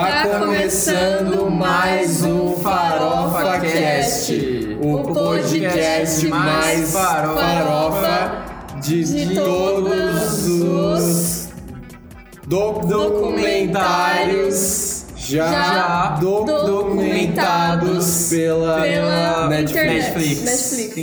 Tá começando mais um Farofa Cast, o podcast mais farofa de todos os documentários já documentados pela Netflix.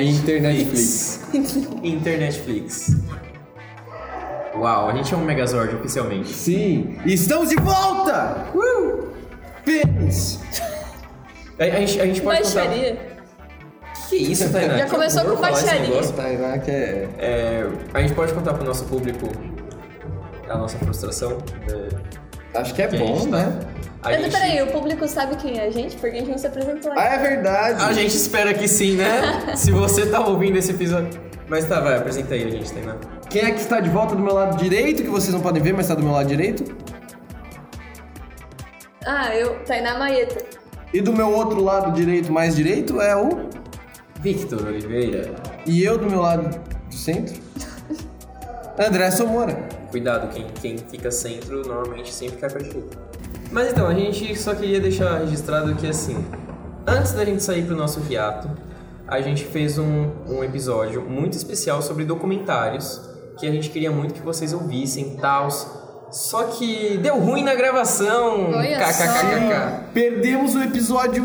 Internetflix. Uau, a gente é um Megazord oficialmente. Sim, e estamos de volta! Pênis! A gente pode baixaria. contar... Que isso, Tainá? Já começou com baixaria. Tainá que a gente pode contar pro nosso público a nossa frustração? Acho que é Que a bom, gente né? Mas peraí, o público sabe quem é a gente? Porque a gente não se apresentou Ah, ainda. é verdade! A gente espera que sim, né? Se você tá ouvindo esse episódio... Mas tá, vai, apresenta aí a gente, Tainá. Quem é que está de volta do meu lado direito, que vocês não podem ver, mas está do meu lado direito? Tainá Maeta. E do meu outro lado direito, mais direito, é o... Victor Oliveira. E eu do meu lado do centro? André Somora. Cuidado, quem fica centro normalmente sempre cai pra direita. Mas então, a gente só queria deixar registrado que assim, antes da gente sair pro nosso hiato, a gente fez um episódio muito especial sobre documentários que a gente queria muito que vocês ouvissem e tal. Só que deu ruim na gravação. KKKK. Perdemos o episódio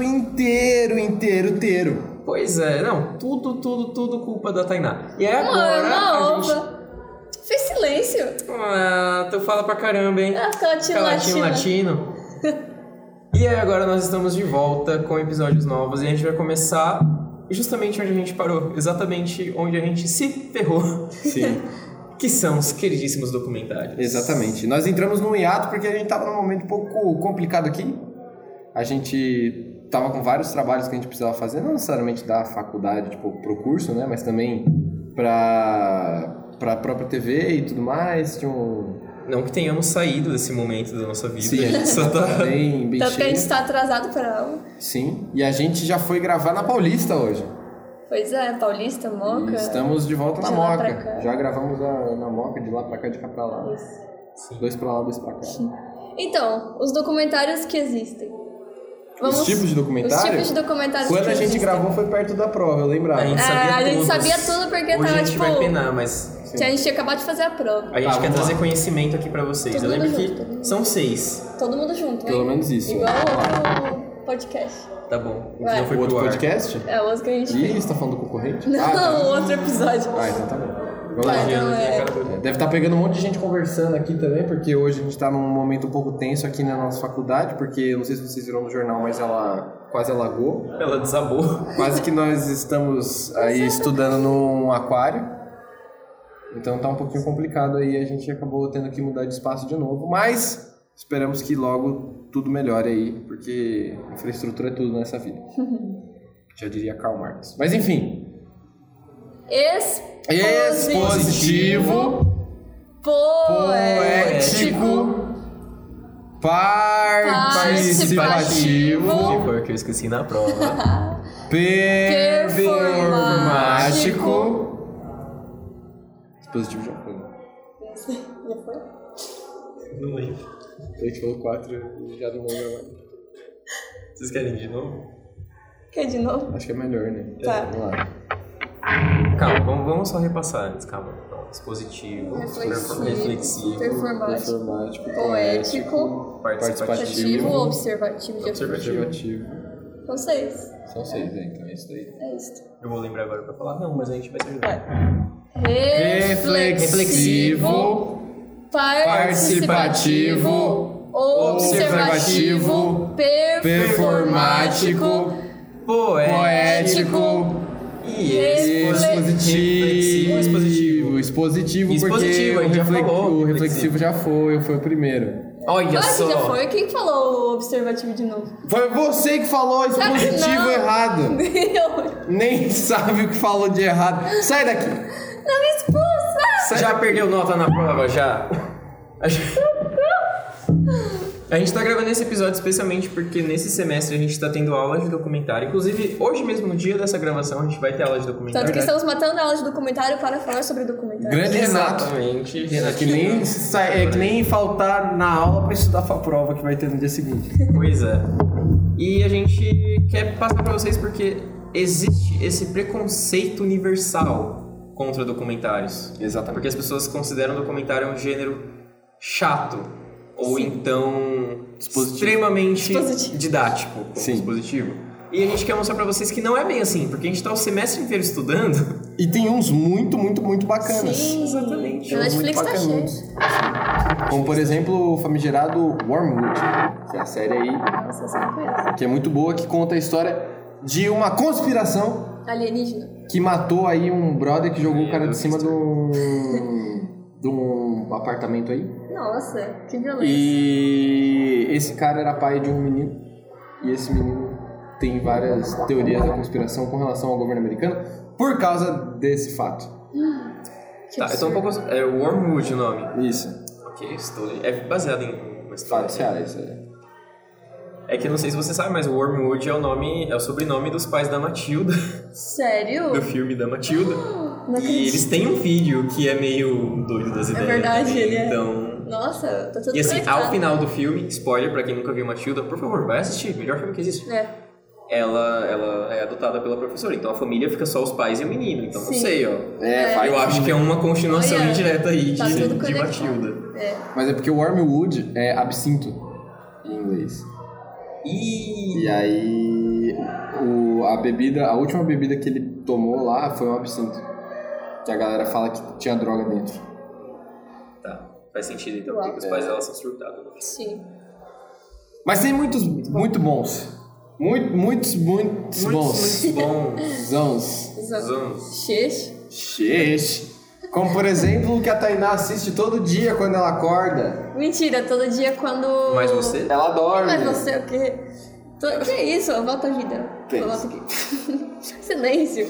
inteiro. Pois é, não, tudo culpa da Tainá. E aí agora a gente... Fez silêncio. Tu fala pra caramba, hein? Fica latino. E aí agora nós estamos de volta com episódios novos e a gente vai começar justamente onde a gente parou. Exatamente onde a gente se ferrou. Sim. Que são os queridíssimos documentários. Exatamente. Nós entramos num hiato porque a gente tava num momento um pouco complicado aqui. A gente tava com vários trabalhos que a gente precisava fazer, não necessariamente da faculdade, tipo, pro curso, né? Mas também pra própria TV e tudo mais. Não que tenhamos saído desse momento da nossa vida. Sim, a gente só tá bem Tanto cheio. que a gente tá atrasado pra aula. Sim, e a gente já foi gravar na Paulista hoje. Pois é, Paulista, Moca. E estamos de volta na de lá pra Moca. cá. Já gravamos na Moca, de lá pra cá, de cá pra lá. Isso. Sim. 2 pra lá, 2 pra cá. Então, os documentários que existem. Os tipos de documentário? Os tipos de documentários Quando que a gente existem. gravou foi perto da prova, eu lembrava. A gente sabia a gente todos. sabia tudo porque Hoje tava, a gente tipo... vai penar, mas... Que a gente tinha acabado de fazer a prova. A gente quer vamos trazer lá. conhecimento aqui pra vocês. Todo Eu lembro mundo que junto, todo mundo. são 6. Todo mundo junto, Pelo hein? menos isso. Igual o podcast. Tá bom. Vai. Não foi O outro pro ar. podcast? É o outro que a gente Ih, fez. você tá falando do concorrente? Não, tá. o outro episódio. Então tá bom. Vamos lá. Vai, então Deve estar pegando um monte de gente conversando aqui também, porque hoje a gente tá num momento um pouco tenso aqui na nossa faculdade, porque eu não sei se vocês viram no jornal, mas ela quase alagou. Ela desabou. Quase que nós estamos aí estudando num aquário. Então tá um pouquinho complicado aí, a gente acabou tendo que mudar de espaço de novo, mas esperamos que logo tudo melhore aí, porque infraestrutura é tudo nessa vida. Já diria Karl Marx. Mas enfim. Expositivo, poético, participativo, Que foi que eu esqueci na prova. performático. Expositivo já foi. Já foi? Não lembro. A gente falou 4 e já não lembro mais. Vocês querem de novo? Quer de novo? Acho que é melhor, né? Tá. Vamos lá. Calma, vamos só repassar antes, calma. Então, expositivo, reflexivo, Performático, poético, participativo, observativo. observativo. São 6. São 6, né? Então é isso daí. É isso. Eu vou lembrar agora pra falar, não, mas a gente vai te ajudar. Reflexivo, participativo, observativo, performático, poético e expositivo. Expositivo porque Expositivo, a gente já falou. o reflexivo já foi o primeiro. Olha Claro só. que já foi. Quem falou o observativo de novo? Foi você que falou expositivo Não. errado. Eu. Nem sabe o que falou de errado. Sai daqui. Não me expulsa! Já perdeu nota na prova, já? A gente tá gravando esse episódio especialmente porque nesse semestre a gente tá tendo aula de documentário. Inclusive, hoje mesmo, no dia dessa gravação, a gente vai ter aula de documentário. Tanto que estamos matando a aula de documentário para falar sobre documentário. Grande Renato. Exatamente. Que nem faltar na aula pra estudar pra prova que vai ter no dia seguinte. Pois é. E a gente quer passar pra vocês porque existe esse preconceito universal contra documentários. Exatamente. Porque as pessoas consideram o documentário um gênero chato. Ou então extremamente didático como dispositivo. E a gente quer mostrar pra vocês que não é bem assim, porque a gente tá o semestre inteiro estudando. E tem uns muito bacanas. Sim, exatamente. A Netflix tá cheio. Como, por exemplo, o famigerado Wormwood, que é a série aí, Nossa, você não conhece. que é muito boa, que conta a história de uma conspiração Alienígena. que matou aí um brother que jogou o cara de cima de um apartamento aí. Nossa, que violência. E esse cara era pai de um menino. E esse menino tem várias teorias da conspiração com relação ao governo americano por causa desse fato. Tá, eu tô um pouco... É Wormwood o nome. Isso. Ok, estou... É baseado em uma história. Fatos reais. É que eu não sei se você sabe, mas o Wormwood é o sobrenome dos pais da Matilda. Sério? Do filme da Matilda. Não E acredito. eles têm um vídeo que é meio doido das ideias. verdade, também, ele é. Então... Nossa, tá tudo E assim, conectado. ao final do filme, spoiler pra quem nunca viu Matilda, por favor, vai assistir, melhor filme que existe. É. Ela é adotada pela professora, então a família fica só os pais e o menino, então não Sim. sei, ó. Faz Eu acho que é uma continuação Olha, indireta aí tá tudo de conectado. Matilda. É. Mas é porque o Wormwood é absinto em inglês. E aí a última bebida que ele tomou lá foi um absinto. Que a galera fala que tinha droga dentro. Tá, faz sentido então, Uau. porque os pais dela são surtados. Né? Sim. Mas tem muitos muito bons. Muitos bons. Muitos bons. Zãos. Xixi. Como, por exemplo, o que a Tainá assiste todo dia quando ela acorda. Mentira, todo dia quando... Mas você? Ela dorme. Mas você o quê? Que isso? Volta a vida. Pensa. Volta aqui. Silêncio.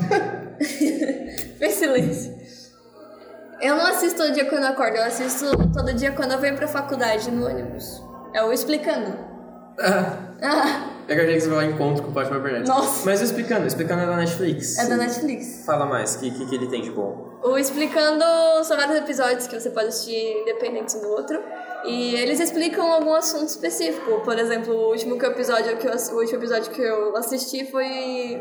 Fez silêncio. Eu não assisto todo dia quando eu acordo, eu assisto todo dia quando eu venho pra faculdade no ônibus. É o Explicando. É que eu achei que você vai lá em encontro com o Fátima Bernardes. Nossa. Mas o Explicando é da Netflix. É da Netflix. Fala mais, o que ele tem de bom? O Explicando são vários episódios que você pode assistir independentes um do outro. E eles explicam algum assunto específico. Por exemplo, o último episódio que eu assisti foi...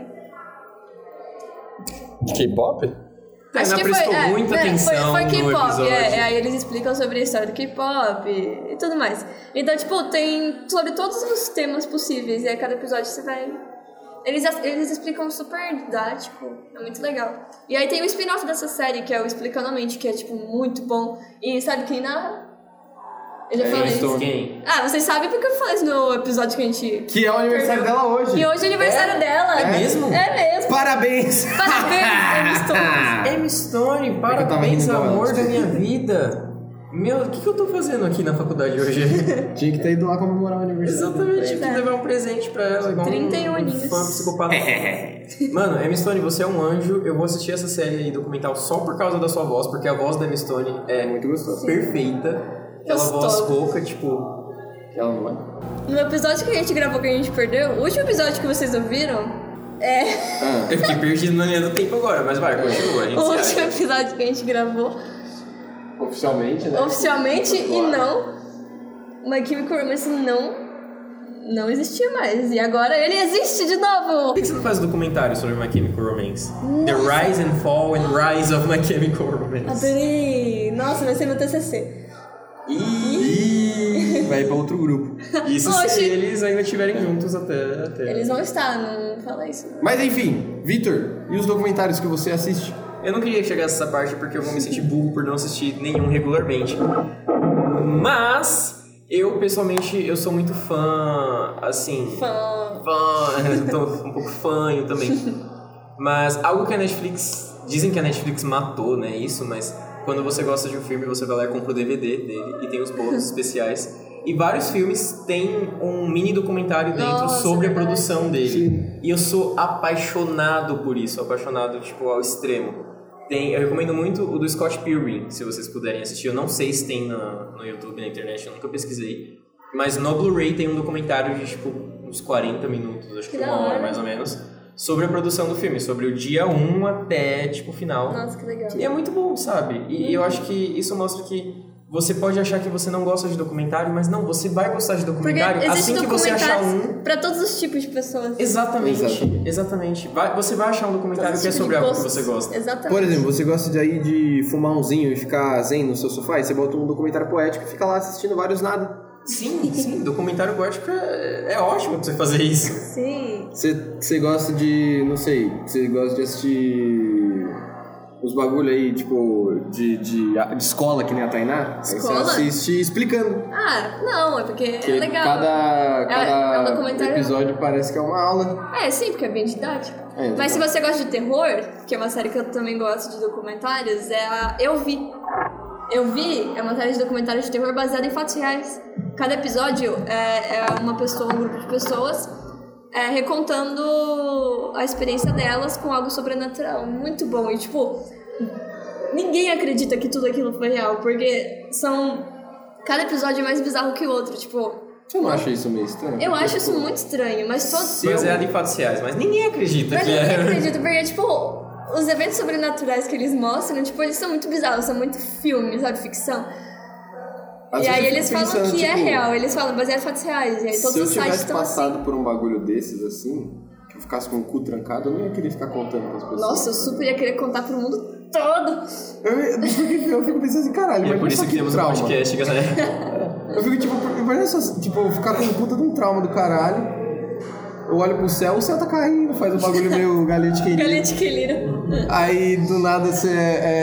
K-pop? Acho que prestou muita atenção foi no K-pop, episódio. aí eles explicam sobre a história do K-pop e tudo mais. Então, tipo, tem sobre todos os temas possíveis, e a cada episódio você vai... Eles explicam super didático, é muito legal. E aí tem o spin-off dessa série, que é o Explicando a Mente, que é, tipo, muito bom. E sabe quem narra? Eu já falei isso. Quem? Ah, vocês sabem porque eu falei isso no episódio que a gente... Que é o aniversário dela hoje. E hoje é aniversário dela. É mesmo? É mesmo. Parabéns! Parabéns, Amy Stone, eu tava parabéns, rindo amor agora. da minha vida. Meu, o que eu tô fazendo aqui na faculdade hoje? Tinha que ter ido lá comemorar o aniversário. Exatamente, tive que levar um presente pra ela, igual 31 um aninhos. fã psicopata. Mano, Amy Stone, você é um anjo. Eu vou assistir essa série aí documental só por causa da sua voz, porque a voz da Amy Stone é Muito gostoso. perfeita. Aquela voz Gostosa. rouca, tipo... Ela não é? No episódio que a gente gravou que a gente perdeu, o último episódio que vocês ouviram, Eu fiquei perdido na linha do tempo agora, mas vai, continua, a gente o se último acha. episódio que a gente gravou, Oficialmente, né? oficialmente e não, My Chemical Romance não existia mais. E agora ele existe de novo! Por que você não faz um documentário sobre My Chemical Romance? The Rise and Fall and Rise of My Chemical Romance. Adorei! Nossa, vai ser meu TCC. Ih, vai pra outro grupo. Isso Oxi. se eles ainda estiverem juntos até... Eles vão estar, não fala isso não. Mas enfim, Vitor, e os documentários que você assiste? Eu não queria que chegasse essa parte porque eu vou me sentir burro por não assistir nenhum regularmente. Mas, eu pessoalmente, eu sou muito fã, assim... eu tô um pouco fanho também. Mas algo que a Netflix... Dizem que a Netflix matou, né, isso, mas... Quando você gosta de um filme, você vai lá e compra o DVD dele e tem os bônus especiais. E vários filmes têm um mini documentário dentro Nossa, sobre a verdade. produção dele. Sim. E eu sou apaixonado por isso, apaixonado, tipo, ao extremo. Eu recomendo muito o do Scott Pilgrim, se vocês puderem assistir. Eu não sei se tem no YouTube, na internet, eu nunca pesquisei. Mas no Blu-ray tem um documentário de, tipo, uns 40 minutos, acho que Que uma da hora hora. mais ou menos, sobre a produção do filme, sobre o dia 1 até, tipo, o final. Nossa, que legal. E é muito bom, sabe? E eu acho que isso mostra que você pode achar que você não gosta de documentário, mas não, você vai gostar de Porque documentário assim existem que você achar documentários um. pra todos os tipos de pessoas. Exatamente. Você vai achar um documentário Todos que é os sobre tipos algo de que você gostos. gosta. Exatamente. Por exemplo, você gosta de aí de fumar umzinho e ficar zen no seu sofá, e você bota um documentário poético e fica lá assistindo vários nada. Sim, documentário poético é ótimo pra você fazer isso. Sim. Você gosta de, não sei, você gosta de assistir os bagulho aí, tipo, de escola, que nem a Tainá? Escola? Aí você assiste explicando. Ah, não, é porque Que é legal. Cada é um documentário. episódio parece que é uma aula. Sim, porque é bem didático. É, Mas se você gosta de terror, que é uma série que eu também gosto de documentários, é a Eu Vi. Eu Vi é uma série de documentários de terror baseada em fatos reais. Cada episódio é uma pessoa, um grupo de pessoas recontando a experiência delas com algo sobrenatural. Muito bom. E, tipo, ninguém acredita que tudo aquilo foi real, porque cada episódio é mais bizarro que o outro. Tipo, Você não acha isso meio estranho? eu Porque, acho isso tipo, muito estranho, mas todos... Baseado em fatos reais, mas ninguém acredita Mas que ninguém é. acredita, porque, tipo, os eventos sobrenaturais que eles mostram, tipo, eles são muito bizarros, são muito filme, sabe, ficção. às E vezes aí eu eles fico falam pensando, que é tipo, real, eles falam baseado em fatos reais, e aí todos Se eu os sites tivesse estão passado assim. por um bagulho desses, assim, que eu ficasse com o cu trancado, eu não ia querer ficar contando pras pessoas. Nossa, eu super ia querer contar pro mundo todo. Eu fico pensando assim, caralho, E é mas por isso que temos um trauma. podcast, galera. Eu fico tipo, imagina só, tipo, ficar com um puta de um trauma do caralho. Eu olho pro céu, o céu tá caindo, faz um bagulho meio galete querido. Galete que lira. Aí do nada você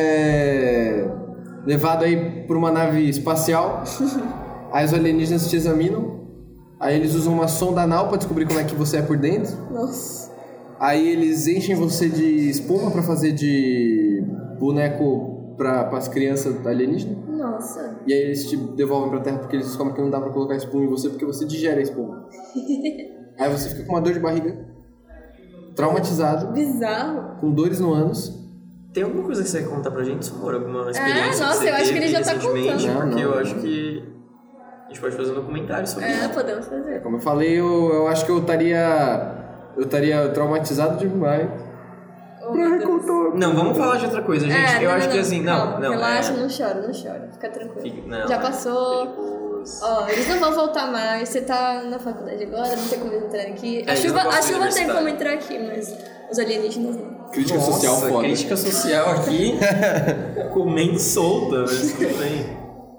é levado aí por uma nave espacial. Aí os alienígenas te examinam. Aí eles usam uma sonda anal pra descobrir como é que você é por dentro. Nossa. Aí eles enchem você de espuma pra fazer de boneco pras crianças alienígenas. Nossa. E aí eles te devolvem pra terra porque eles descobrem que não dá pra colocar espuma em você porque você digere a espuma. Aí você fica com uma dor de barriga, traumatizado, Bizarro. com dores no ânus. Tem alguma coisa que você quer contar pra gente sobre alguma experiência nossa, que você eu acho que teve ele já tá recentemente? contando. Porque Não, eu não. acho que a gente pode fazer um documentário sobre isso. Podemos fazer. Como eu falei, eu acho que eu estaria traumatizado demais. Oh, meu Deus. Não, vamos falar de outra coisa, gente. Eu não, acho não, que assim, calma, não. relaxa, não chora, fica tranquilo. Não, Já passou. fique boas. Ó, eles não vão voltar mais, você tá na faculdade agora, não tem como eles entrarem aqui. É, A eu chuva, não posso a chuva tem universitário. como entrar aqui, mas os alienígenas não. Crítica Nossa, social foda. Crítica social aqui, comendo solta, mas tudo bem.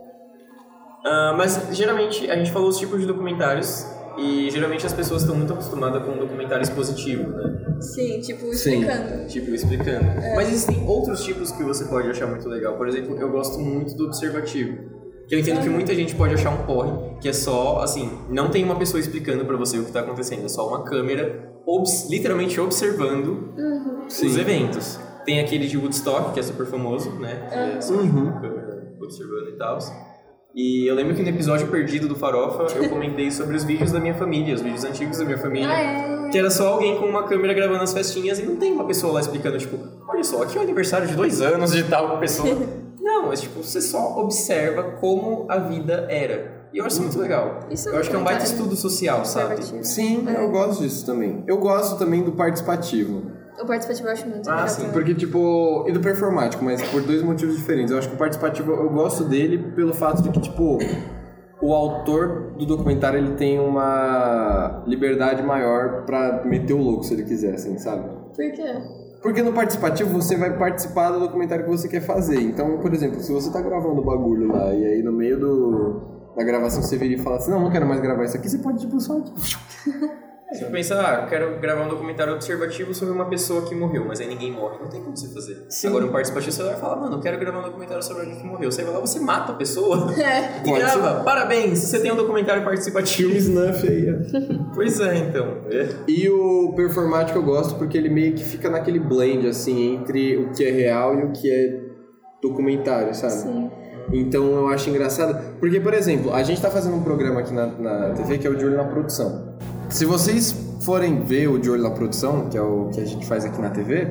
Mas geralmente a gente falou os tipos de documentários e geralmente as pessoas estão muito acostumadas com um documentário expositivo, né? Sim, tipo, Sim. explicando. Tipo, explicando. Mas existem outros tipos que você pode achar muito legal. Por exemplo, eu gosto muito do observativo. Que eu entendo que muita gente pode achar um porre, que é só, assim, não tem uma pessoa explicando pra você o que tá acontecendo, é só uma câmera literalmente observando os eventos. Tem aquele de Woodstock, que é super famoso, né? Que é só uma câmera observando e tal. E eu lembro que no episódio perdido do Farofa, eu comentei sobre os vídeos da minha família, os vídeos antigos da minha família. Que era só alguém com uma câmera gravando as festinhas e não tem uma pessoa lá explicando, tipo, olha só, aqui é o aniversário de 2 anos de tal pessoa. Não, mas tipo, você só observa como a vida era. E eu acho isso muito legal. Isso é eu acho que é um baita documentário estudo social, sabe? observativo. Sim, eu gosto disso também. Eu gosto também do participativo. O participativo eu acho muito legal sim, também. Porque, tipo, e do performático, mas por 2 motivos diferentes. Eu acho que o participativo, eu gosto dele pelo fato de que, tipo, o autor do documentário, ele tem uma liberdade maior pra meter o louco, se ele quiser, assim, sabe? Por quê? Porque no participativo você vai participar do documentário que você quer fazer. Então, por exemplo, se você tá gravando o bagulho lá e aí no meio da gravação você vira e fala assim, não quero mais gravar isso aqui, você pode, tipo, só... Você pensa, quero gravar um documentário observativo sobre uma pessoa que morreu, mas aí ninguém morre. Não tem como você fazer. Sim. Agora, um participativo, você vai falar, mano, eu quero gravar um documentário sobre alguém que morreu. Você vai lá, você mata a pessoa e Pode grava. Parabéns, você tem um documentário participativo. Snuff aí, Pois é, então. E o performático eu gosto porque ele meio que fica naquele blend, assim, entre o que é real e o que é documentário, sabe? Sim. Então eu acho engraçado. Porque, por exemplo, a gente tá fazendo um programa aqui na TV que é o De Olho na Produção. Se vocês forem ver o De Olho na Produção, que é o que a gente faz aqui na TV,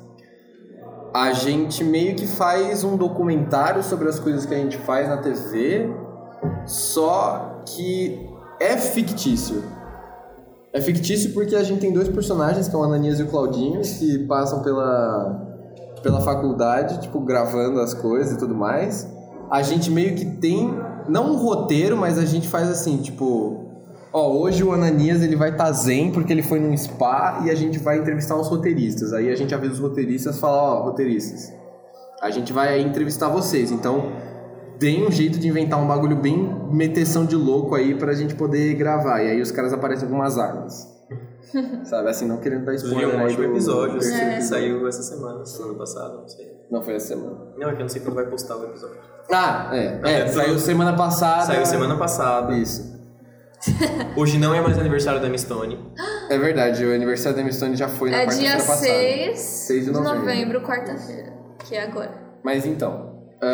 a gente meio que faz um documentário sobre as coisas que a gente faz na TV, só que é fictício. É fictício porque a gente tem 2 personagens, que é o Ananias e o Claudinho, que passam pela faculdade, tipo, gravando as coisas e tudo mais. A gente meio que tem, não um roteiro, mas a gente faz assim, tipo... hoje o Ananias ele vai estar zen porque ele foi num spa e a gente vai entrevistar os roteiristas. Aí a gente avisa os roteiristas e fala, roteiristas, a gente vai entrevistar vocês, então tem um jeito de inventar um bagulho bem meteção de louco aí pra gente poder gravar. E aí os caras aparecem com umas armas. Sabe, assim, não querendo dar spoiler. Um ótimo episódio, que saiu essa semana passado, não sei. Não foi essa semana. Não, é que eu não sei quando vai postar o episódio. Saiu semana passada. Saiu semana passada. Isso. Hoje não é mais aniversário da Emma Stone. É verdade, o aniversário da Emma Stone já foi na quarta-feira passada. É dia 6 de novembro, quarta-feira, que é agora. Mas então,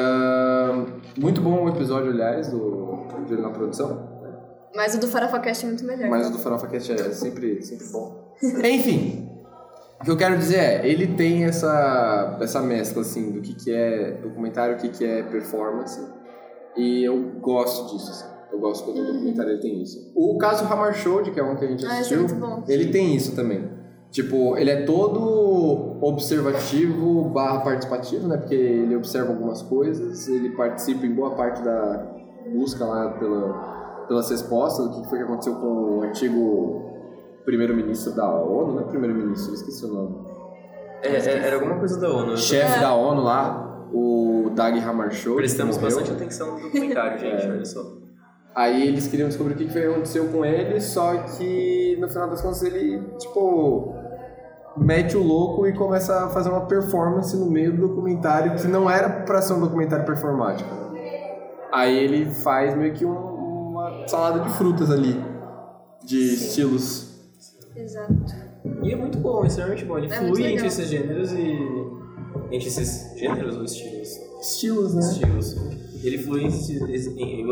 muito bom o episódio, aliás, do Dia na Produção. Mas o do FarofaCast é muito melhor. Mas o do FarofaCast é sempre bom. Enfim, o que eu quero dizer é, ele tem essa mescla, assim, do que é documentário, o que é performance. E eu gosto disso, assim. Eu gosto quando o documentário ele tem isso. O caso Hammer Show, que é um que a gente assistiu, muito bom. ele tem isso também. Tipo, ele é todo observativo / participativo, né? Porque ele observa algumas coisas, ele participa em boa parte da busca lá pelas respostas, do que foi que aconteceu com o antigo primeiro-ministro da ONU, não é primeiro-ministro, eu esqueci o nome. Era alguma coisa da ONU. Chefe da ONU lá, o Dag Hammarskjöld. Prestamos bastante atenção no documentário, gente, olha só. Aí eles queriam descobrir o que aconteceu com ele, só que no final das contas ele, tipo, mete o louco e começa a fazer uma performance no meio do documentário que não era pra ser um documentário performático. Aí ele faz meio que uma salada de frutas ali, de estilos. Exato. E é muito bom, é extremamente bom. Ele flui entre esses gêneros e... Entre esses gêneros ou estilos? Estilos, né? Estilos. Ele flui em...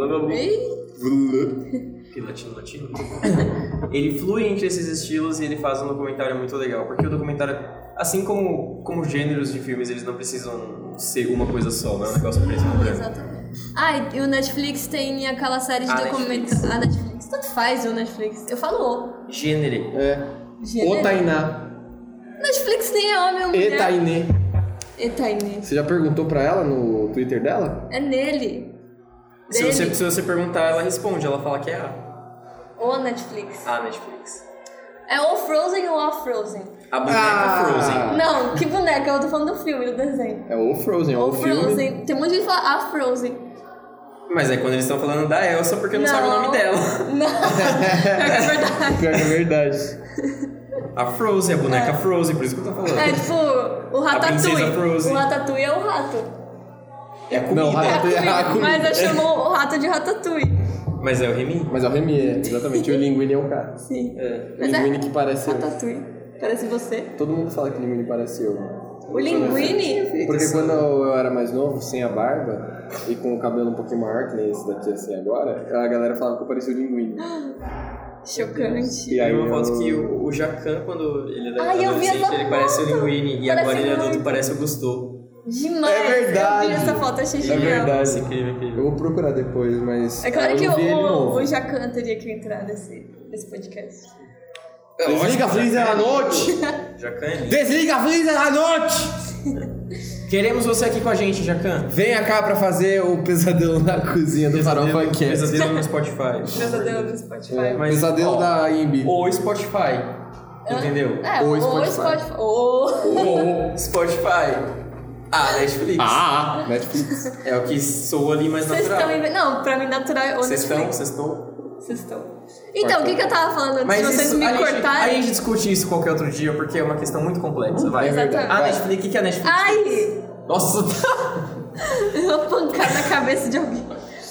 Que latino. Ele flui entre esses estilos e ele faz um documentário muito legal. Porque o documentário, assim como gêneros de filmes, eles não precisam ser uma coisa só, não é um negócio preto no branco. Exatamente. E o Netflix tem aquela série de documentários. A Netflix. Tanto faz o Netflix. Eu falo o. Gênero. O Tainá. Netflix nem é homem ou mulher. Etainé. Você já perguntou pra ela no Twitter dela? É nele. Se você perguntar, ela responde. Ela fala que é a. O Netflix. A Netflix. É o Frozen ou a Frozen? A boneca Frozen. Não, que boneca? Eu tô falando do filme, do desenho. É o Frozen, o filme. Frozen. Tem um monte de gente que fala a Frozen. Mas é quando eles estão falando da Elsa porque não sabe o nome dela. Não, Pior que é verdade. A Frozen, a boneca Frozen, por isso que eu tô falando. É tipo o Ratatouille. O Ratatouille é o rato. É a comida. Não, o Ratatouille é a comida. Mas eu chamo o rato de Ratatouille. Mas é o Remy? Mas é o Remy, exatamente. O Linguini é o cara. Sim. O Linguini que parece eu. Ratatouille. Parece você. Todo mundo fala que o Linguini parece eu. O Linguini? Porque quando eu era mais novo, sem a barba e com o cabelo um pouquinho maior, que nem esse daqui assim agora, a galera falava que eu parecia o Linguini. Chocante. E aí uma foto que o Jacan, quando ele era adolescente, ele parece o Linguini. E agora ele é adulto, parece o Gusteau. Demais. É verdade. Eu vi essa foto, achei genial. É verdade. Incrível. Eu vou procurar depois, mas... É claro que o o Jacan teria que entrar nesse podcast. Desliga a freezer à noite! Jacan é lindo. Desliga a freezer à noite! Queremos você aqui com a gente, Jacan. Venha cá pra fazer o pesadelo na cozinha do Farofa Cast. Pesadelo no Spotify. Pesadelo no Spotify. Mas, pesadelo da Imbi. Ou Spotify. Entendeu? Ou Spotify. Ou Spotify. Netflix. Netflix. É o que soa ali mais natural. Não, pra mim natural é o Netflix. Sextou. Então, o que eu tava falando antes de vocês me cortarem? A gente discute isso qualquer outro dia, porque é uma questão muito complexa. Vai. Exatamente. A Netflix, o que é a Netflix? Ai! Nossa, Eu vou pancar na cabeça de alguém.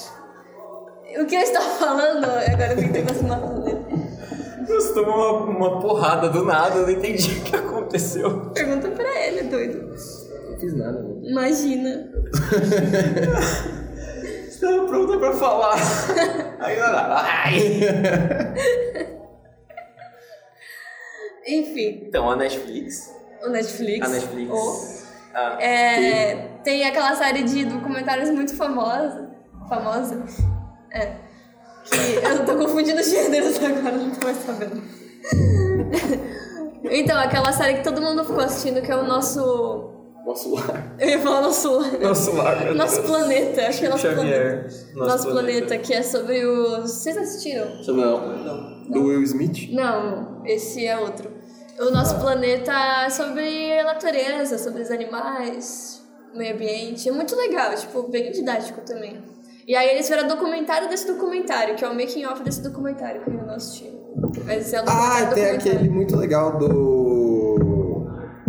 O que eu estava falando, agora eu fiquei tentando matando ele. Você tomou uma porrada do nada, eu não entendi o que aconteceu. Pergunta pra ele, doido. Não fiz nada, né? Imagina. Você tava pronta pra falar. Aí Enfim. Então, a Netflix. O Netflix. A Netflix. Tem aquela série de documentários muito famosa. Que eu tô confundindo gêneros agora, não tô mais sabendo. Então, aquela série que todo mundo ficou assistindo, que é o Nosso Lar. Eu ia falar Nosso Lar. Nosso Lar. Nosso Planeta. Acho que é Nosso Xavier. Planeta. Nosso Planeta, que é sobre os... Vocês assistiram? Não. Do Will Smith? Não, esse é outro. O Nosso Planeta é sobre a natureza, sobre os animais, o meio ambiente. É muito legal, tipo, bem didático também. E aí eles fizeram documentário desse documentário, que é o making of desse documentário que eu ainda não assisti. Mas esse é o documentário. Tem aquele muito legal do...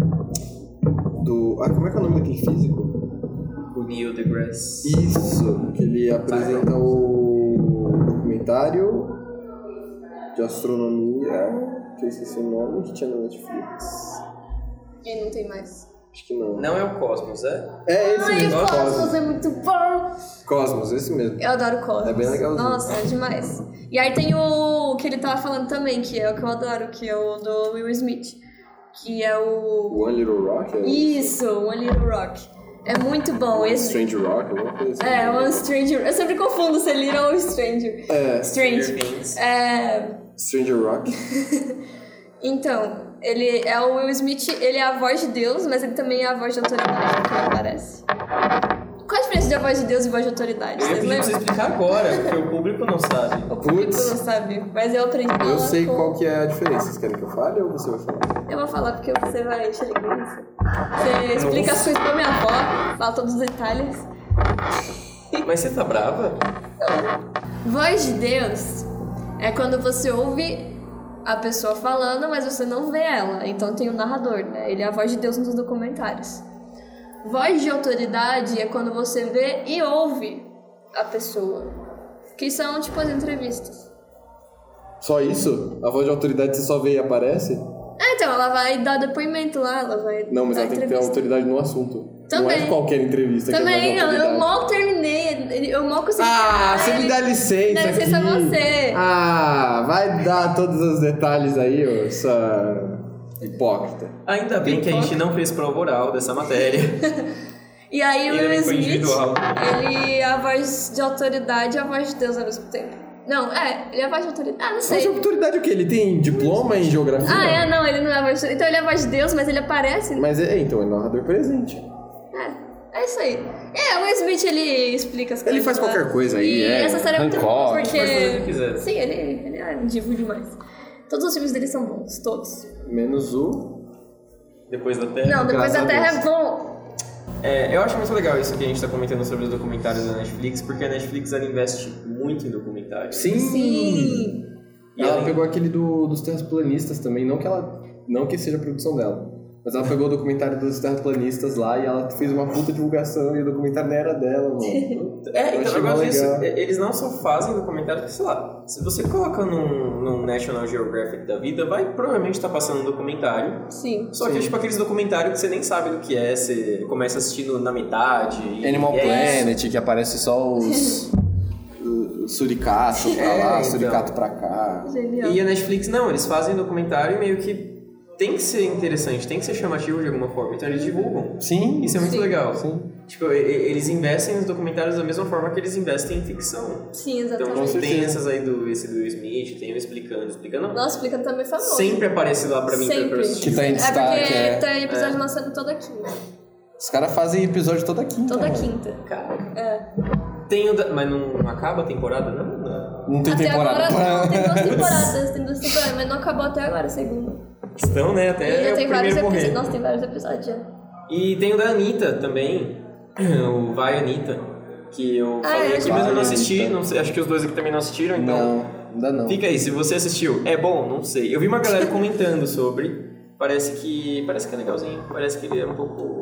como é que é o nome daquele físico? O Neil deGrasse. Isso, que ele apresenta o documentário de astronomia, que eu esqueci o nome, que tinha na Netflix. E não tem mais. Acho que não. Não é o Cosmos, é? É esse mesmo, o Cosmos é muito bom! Cosmos, esse mesmo. Eu adoro Cosmos. É bem legalzinho. Nossa, é demais. E aí tem o que ele tava falando também, que é o que eu adoro, que é o do Will Smith. Que é o... One Little Rock? Isso, One Little Rock. É muito bom. One Stranger Rock, alguma coisa assim. É, One Stranger... Eu sempre confundo se é Little ou Stranger. Strange. Stranger Rock. Então, ele é o Will Smith, ele é a voz de Deus, mas ele também é a voz de autoridade, que ele parece. Qual a diferença de a voz de Deus e voz de autoridade? Eu pedi pra você explicar agora, porque o público não sabe. O público não sabe, mas eu aprendi Eu sei qual que é a diferença. Vocês querem que eu fale ou você vai falar? Eu vou falar porque você vai encher linguiça. Você explica as coisas pra minha avó, fala todos os detalhes. Mas você tá brava? Voz de Deus é quando você ouve a pessoa falando, mas você não vê ela. Então tem o narrador, né? Ele é a voz de Deus nos documentários. Voz de autoridade é quando você vê e ouve a pessoa. Que são, tipo, as entrevistas. Só isso? A voz de autoridade você só vê e aparece? Então, ela vai dar depoimento lá, ela vai Não, mas dar ela tem que ter entrevista. autoridade no assunto. Também. Não é qualquer entrevista Também, que é voz de eu autoridade. mal terminei, eu mal consegui Você me dá licença Dá licença aqui. a você. Vai dar todos os detalhes aí, ô, sua hipócrita. Ainda bem que a gente não fez prova oral dessa matéria. E aí o Ele Will foi Smith, individual. ele é a voz de autoridade e a voz de Deus ao mesmo tempo. Não, ele é a voz de autoridade. Não Voz sei. de autoridade o quê? Ele tem diploma em geografia? Não, ele não é a voz de... Então ele é a voz de Deus, mas ele aparece. Mas então ele é narrador presente. É isso aí. O Will Smith, ele explica as coisas. Ele faz lá. qualquer coisa aí, E essa série é muito boa, Hancock, porque... pode fazer o que quiser. Sim, ele é um divo demais. Todos os filmes dele são bons, todos. Menos o... Depois da Terra. Não, Depois Graças da a Terra Deus. é bom. Eu acho muito legal isso que a gente tá comentando sobre os documentários da Netflix, porque a Netflix ela investe muito em documentários. Sim. E Ela pegou aquele dos terraplanistas também, não que seja a produção dela. Mas ela pegou o documentário dos terraplanistas lá e ela fez uma puta divulgação e o documentário não era dela, mano. Então, achei eu gosto disso. legal. Eles não só fazem documentário, sei lá, se você coloca num National Geographic da vida, vai provavelmente estar passando um documentário. Sim. Só que é tipo aqueles documentários que você nem sabe do que é, você começa assistindo na metade. Animal e é Planet, que aparece só os suricatos pra lá, então. suricato pra cá. Genial. E a Netflix não, eles fazem documentário e meio que tem que ser interessante, tem que ser chamativo de alguma forma, então eles divulgam. Sim. Isso é muito legal. Sim. Tipo, eles investem nos documentários da mesma forma que eles investem em ficção. Sim, Então exatamente. tem essas aí esse do Will Smith, tem o explicando. Nossa, explicando também famoso. Sempre aparece lá pra mim pra eu Sempre. assistir. Que tá em destaque, porque tem episódio lançando toda quinta. Os caras fazem episódio toda quinta. Toda mano. quinta. Cara. Tem mas não acaba a temporada, não? Não tem Até temporada. agora não, tem duas temporadas, mas não acabou até agora a segunda. Estão, né? Até E já o tem vários primeiro morrer. episódios. Nossa, tem vários episódios já. E tem o da Anitta também, o Vai Anitta, que eu falei aqui, mas eu não assisti, não sei, acho que os dois aqui também não assistiram, então... Não, ainda não. Fica aí, se você assistiu, é bom? Não sei. Eu vi uma galera comentando sobre, parece que é legalzinho, parece que ele é um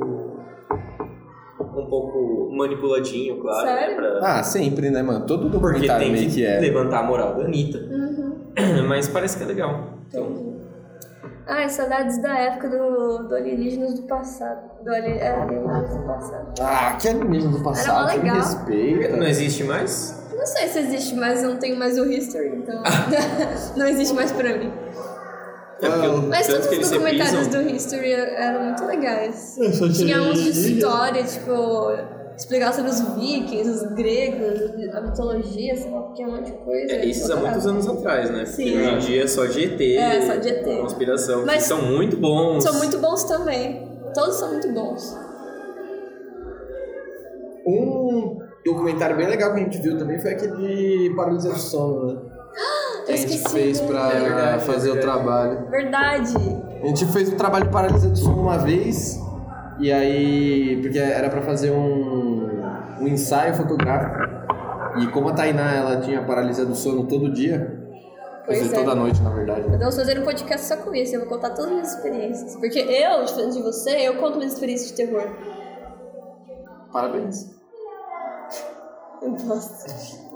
pouco manipuladinho, claro. Sério? Né, Sempre, né, mano? Todo porque documentário tem meio que é. levantar a moral da Anitta. Uhum. Mas parece que é legal. Então, Saudades da época do Alienígenas do passado. Alienígenas do passado. Que alienígena do passado, Era que me legal. respeita. não existe mais? Não sei se existe mais, eu não tenho mais o History, então não existe mais pra mim. Mas tanto todos que os eles documentários reprisam. do History eram muito legais. Eu só Tinha tinha uns de alienígena. história, tipo... explicar sobre os vikings, os gregos, a mitologia, sei lá, porque é um monte de coisa. Isso há muitos anos atrás, né? Sim. Porque hoje em dia é só de ET. Só de ET. Conspiração. Mas que são muito bons. São muito bons também. Todos são muito bons. Um documentário bem legal que a gente viu também foi aquele de paralisia do sono, né? Que a gente fez pra fazer o trabalho. Verdade. A gente fez um trabalho de paralisia do sono uma vez, e aí, porque era pra fazer um ensaio fotográfico, e como a Tainá, ela tinha paralisia do sono todo dia, toda noite, na verdade. Vamos fazer um podcast só com isso, eu vou contar todas as minhas experiências. Porque eu, diferente de você, eu conto minhas experiências de terror. Parabéns. Eu posso.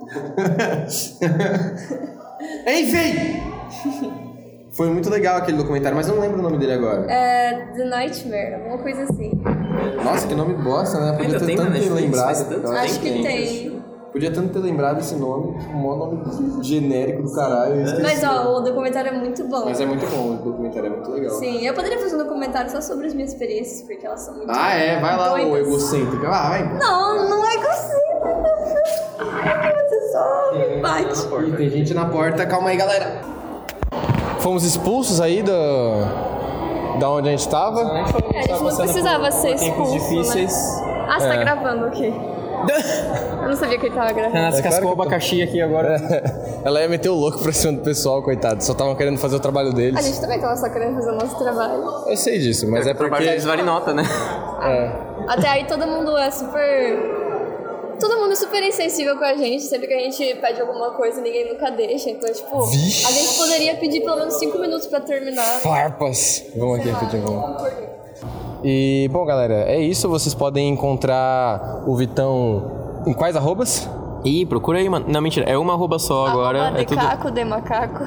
Enfim! Foi muito legal aquele documentário, mas eu não lembro o nome dele agora. É The Nightmare, alguma coisa assim. Nossa, que nome bosta, né? Podia ter tanto ter lembrado. Acho que tem. Podia tanto ter lembrado esse nome, um nome genérico do caralho. Mas ó, o documentário é muito bom. Mas é muito bom, o documentário é muito legal. Sim, eu poderia fazer um documentário só sobre as minhas experiências, porque elas são muito vai lá, doidas. o egocêntrico. Vai. Não é egocêntrico. Você só me bate. Ih, tem gente na porta, calma aí, galera. Fomos expulsos aí da onde a gente tava. A gente não precisava ser expulso, difíceis. né? Ah, você tá gravando, ok. Eu não sabia que ele tava gravando. Ela descascou o abacaxi aqui agora. Ela ia meter o louco pra cima do pessoal, coitado. Só estavam querendo fazer o trabalho deles. A gente também tava só querendo fazer o nosso trabalho. Eu sei disso, mas é porque... O trabalho deles vale nota, né? Até aí todo mundo é super insensível com a gente. Sempre que a gente pede alguma coisa, ninguém nunca deixa. Então, tipo, a gente poderia pedir pelo menos 5 minutos pra terminar. Farpas! Vamos aqui rapidinho. E, bom, galera, é isso. Vocês podem encontrar o Vitão em quais arrobas? Ih, procura aí, mano. Não, mentira. É uma arroba só agora. Arroba é tudo... Decaco, de macaco.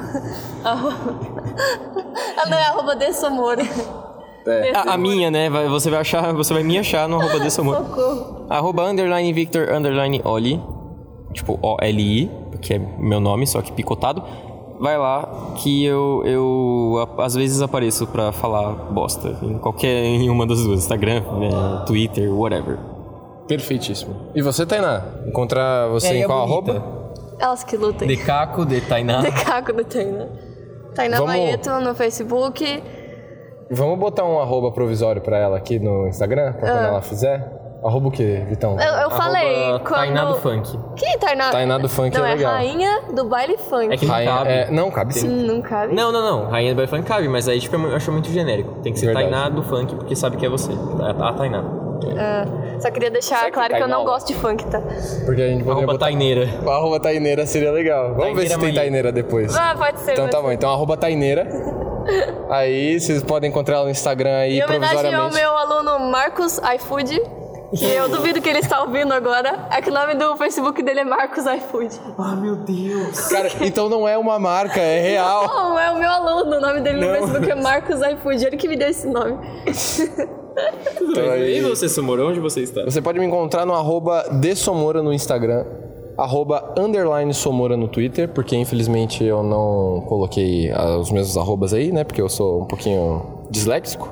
Não, é arroba de Somora. A minha, né? Você vai me achar no arroba de Somora. Socorro. Arroba _ Victor _ Oli. Tipo, OLI, que é meu nome, só que picotado. Vai lá que eu às vezes apareço pra falar bosta em uma das duas, Instagram, Twitter, whatever. Perfeitíssimo. E você, Tainá? Encontrar você em qual arroba? Elas que lutem. Decaco, de Tainá. Decaco de Tainá. Tainá Baeto no Facebook. Vamos botar um arroba provisório pra ela aqui no Instagram, pra quando ela fizer? Arroba o quê, Vitão? Eu falei quando... Tainá do Funk. Quem é Tainá? Tainá do Funk não, é legal. Rainha do baile funk. É que não cabe. Não, cabe sim. Não cabe? Não. Rainha do baile funk cabe, mas aí tipo, eu acho muito genérico. Tem que ser Verdade. Tainá do Funk, porque sabe que é você. A Tainá. Só queria deixar claro que eu não gosto de funk, tá? Porque a gente poderia Arroba botar... Taineira. O arroba Taineira seria legal. Vamos ver se tem Maria. Taineira depois. Pode ser. Então pode tá ser. bom, então arroba Taineira. Aí vocês podem encontrar ela no Instagram aí Em homenagem ao provisoriamente. meu aluno Marcos iFood, que eu duvido que ele está ouvindo agora, é que o nome do Facebook dele é Marcos iFood. Ah, meu Deus. Cara, então não é uma marca, é real. Não, é o meu aluno, o nome dele no Facebook é Marcos iFood, ele que me deu esse nome. Então, E você, Somora, onde você está? Você pode me encontrar no arroba @desomora no Instagram, @_Somora no Twitter, porque infelizmente eu não coloquei os mesmos arrobas aí, né? Porque eu sou um pouquinho disléxico.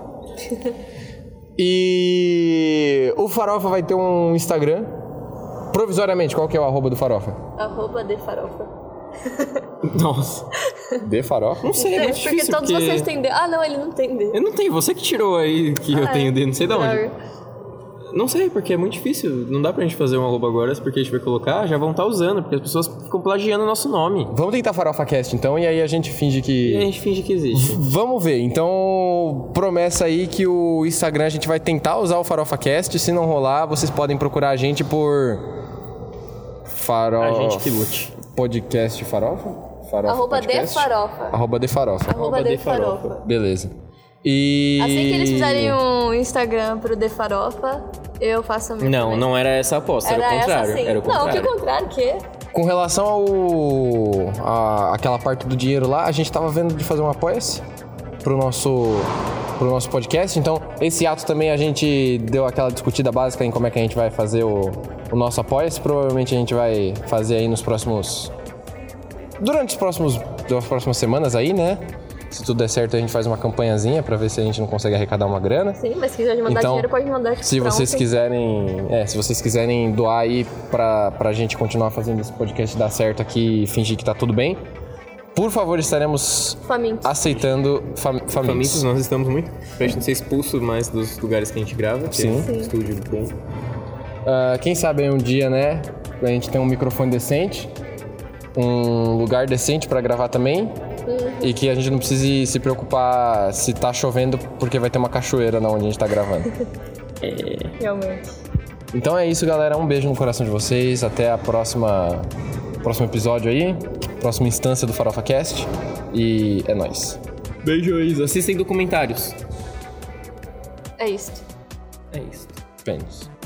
E o Farofa vai ter um Instagram. Provisoriamente, qual que é o arroba do Farofa? Arroba de farofa. Nossa. De Farofa? Não sei, é muito Porque difícil. todos vocês têm D. Ah, não, ele não tem D. Eu não tenho, você que tirou aí que eu tenho D, não sei de onde. Droga. Não sei, porque é muito difícil. Não dá pra gente fazer um arroba agora, porque a gente vai colocar, já vão estar usando, porque as pessoas ficam plagiando o nosso nome. Vamos tentar FarofaCast então, e aí a gente finge que... E a gente finge que existe. Vamos ver, então promessa aí que o Instagram a gente vai tentar usar o FarofaCast. Se não rolar, vocês podem procurar a gente por... A gente que lute. Podcast Farofa? Farofa Arroba de podcast? farofa. Arroba de Farofa. Arroba de farofa. Beleza. E... Assim que eles fizerem um Instagram pro de farofa, eu faço a minha Não, também. não era essa a aposta, era o contrário. essa sim. Era o contrário. Não, que contrário, que? Com relação aquela parte do dinheiro lá, a gente tava vendo de fazer um apoia-se pro nosso podcast. Então, esse ato também a gente deu aquela discutida básica em como é que a gente vai fazer o nosso apoia-se. Provavelmente a gente vai fazer aí durante as próximas semanas aí, né? Se tudo der certo, a gente faz uma campanhazinha pra ver se a gente não consegue arrecadar uma grana. Sim, mas se quiser mandar Então, dinheiro, pode mandar tipo, Se vocês quiserem doar aí pra gente continuar fazendo esse podcast dar certo aqui e fingir que tá tudo bem, por favor, estaremos famintos. aceitando Famintos nós estamos muito. Pra gente não ser expulso mais dos lugares que a gente grava. Que Sim. É um estúdio bom. Quem sabe aí um dia, né, a gente tem um microfone decente, um lugar decente pra gravar também, e que a gente não precise se preocupar se tá chovendo, porque vai ter uma cachoeira na onde a gente tá gravando. Realmente. Então é isso, galera. Um beijo no coração de vocês. Até a próximo episódio aí, próxima instância do Farofa Cast. E é nóis. Beijos. Assistem documentários. É isso. É isso. Pênis.